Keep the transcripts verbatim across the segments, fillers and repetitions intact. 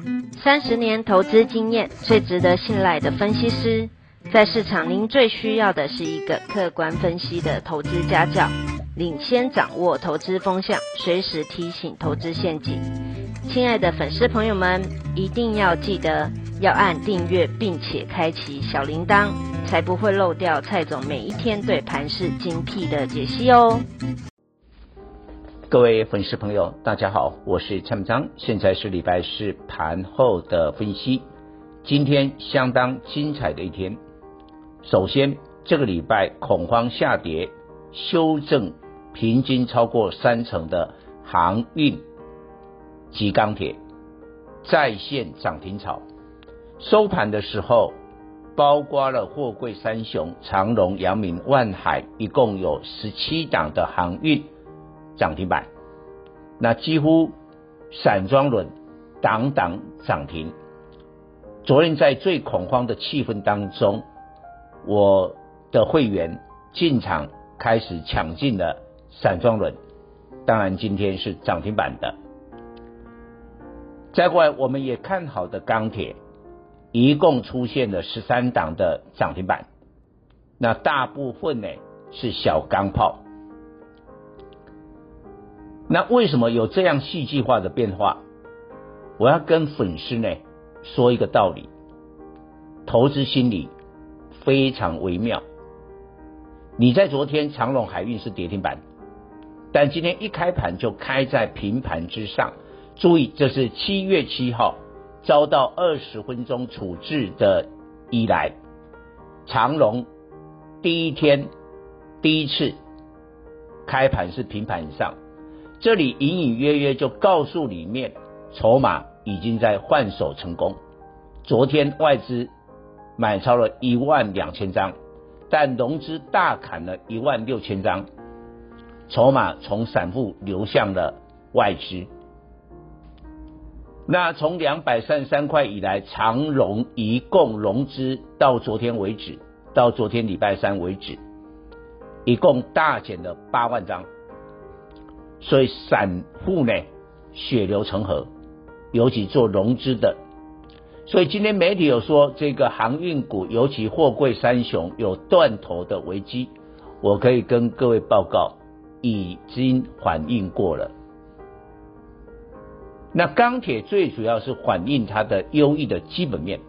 三十年投资经验，最值得信赖的分析师。在市场，您最需要的是一个客观分析的投资家教，领先掌握投资风向，随时提醒投资陷阱。亲爱的粉丝朋友们，一定要记得要按订阅，并且开启小铃铛，才不会漏掉蔡总每一天对盘势精辟的解析哦。 各位粉丝朋友，大家好，我是蔡明彰，现在是礼拜四盘后的分析。今天相当精彩的一天。首先，这个礼拜恐慌下跌，修正平均超过三成的航运及钢铁再现涨停潮。收盘的时候，包括了货柜三雄长荣、阳明、万海，一共有十七档的航运涨停板，那几乎散装轮档档涨停。昨天在最恐慌的气氛当中，我的会员进场开始抢进了散装轮，当然今天是涨停板的。再过来，我们也看好的钢铁，一共出现了十三档的涨停板，那大部分呢是小钢炮。那为什么有这样戏剧化的变化？我要跟粉丝呢说一个道理，投资心理非常微妙。你在昨天长荣海运是跌停板，但今天一开盘就开在平盘之上。注意，这是七月七号遭到二十分钟处置的以来，长荣第一天第一次开盘是平盘以上，这里隐隐约约就告诉里面筹码已经在换手成功。昨天外资买超了一万两千张，但融资大砍了一万六千张，筹码从散户流向了外资。那从两百三十三块以来，长荣一共融资到昨天为止，到昨天礼拜三为止，一共大减了八万张，所以散户呢血流成河，尤其做融资的。所以今天媒体有说，这个航运股，尤其货柜三雄有断头的危机，我可以跟各位报告，已经反映过了。那钢铁最主要是反映它的优异的基本面。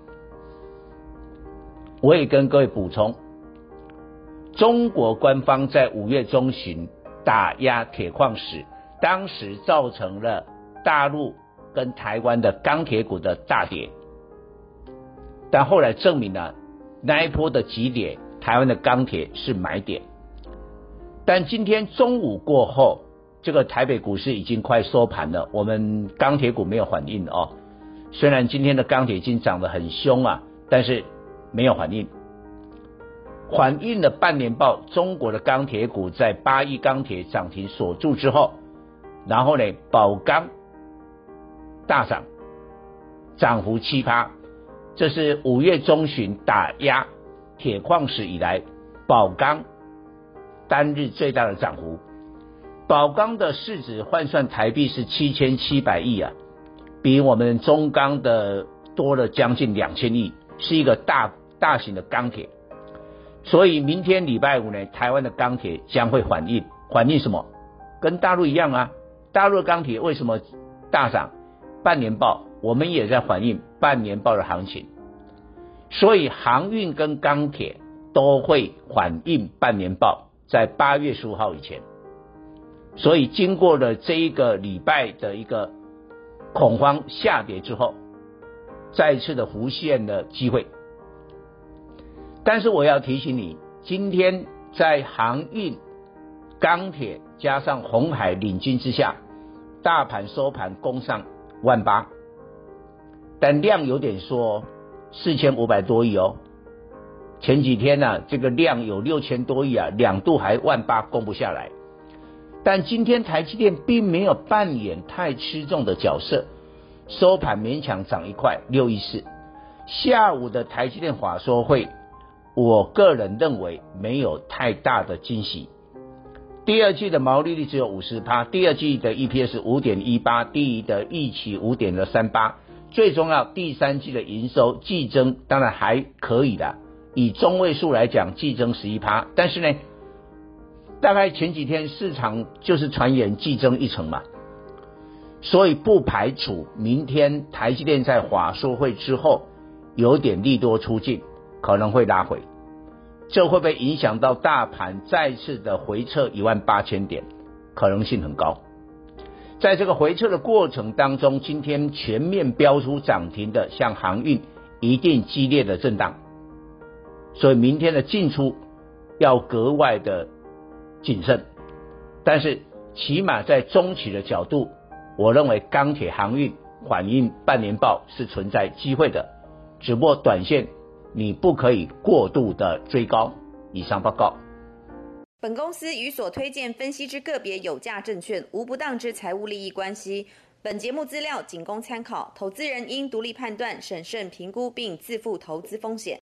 我也跟各位补充，中国官方在五月中旬打压铁矿石，当时造成了大陆跟台湾的钢铁股的大跌，但后来证明了那一波的急跌，台湾的钢铁是买点。但今天中午过后，这个台北股市已经快收盘了，我们钢铁股没有反应哦。虽然今天的钢铁已经涨得很凶啊，但是没有反应。反映了半年报，中国的钢铁股在八亿钢铁涨停锁住之后，然后呢，宝钢大涨，涨幅 百分之七， 这是五月中旬打压铁矿石以来宝钢单日最大的涨幅。宝钢的市值换算台币是七千七百亿啊，比我们中钢的多了将近两千亿，是一个大大型的钢铁。所以明天礼拜五呢，台湾的钢铁将会反应，反应什么？跟大陆一样啊，大陆的钢铁为什么大涨？半年报我们也在反映半年报的行情，所以航运跟钢铁都会反映半年报，在八月十五号以前。所以经过了这一个礼拜的一个恐慌下跌之后，再次的浮现了机会。但是我要提醒你，今天在航运、钢铁加上鸿海领军之下，大盘收盘攻上万八，但量有点缩，四千五百多亿哦。前几天呢、啊，这个量有六千多亿啊，两度还万八攻不下来。但今天台积电并没有扮演太吃重的角色，收盘勉强涨一块六一四。下午的台积电法说会，我个人认为没有太大的惊喜。第二季的毛利率只有 百分之五十， 第二季的 E P S 五点一八， 低于的预期 五点三八， 最重要第三季的营收季增当然还可以的，以中位数来讲季增 百分之十一， 但是呢大概前几天市场就是传言季增一成嘛，所以不排除明天台积电在华说会之后有点利多出尽，可能会拉回，这会不会影响到大盘再次的回测一万八千点？可能性很高。在这个回撤的过程当中，今天全面标出涨停的像航运一定激烈的震荡，所以明天的进出要格外的谨慎，但是起码在中期的角度，我认为钢铁航运反映半年报是存在机会的，只不过短线你不可以过度的追高。以上报告。 本公司与所推荐分析之个别有价证券无不当之财务利益关系。本节目资料仅供参考，投资人应独立判断、审慎评估并自负投资风险。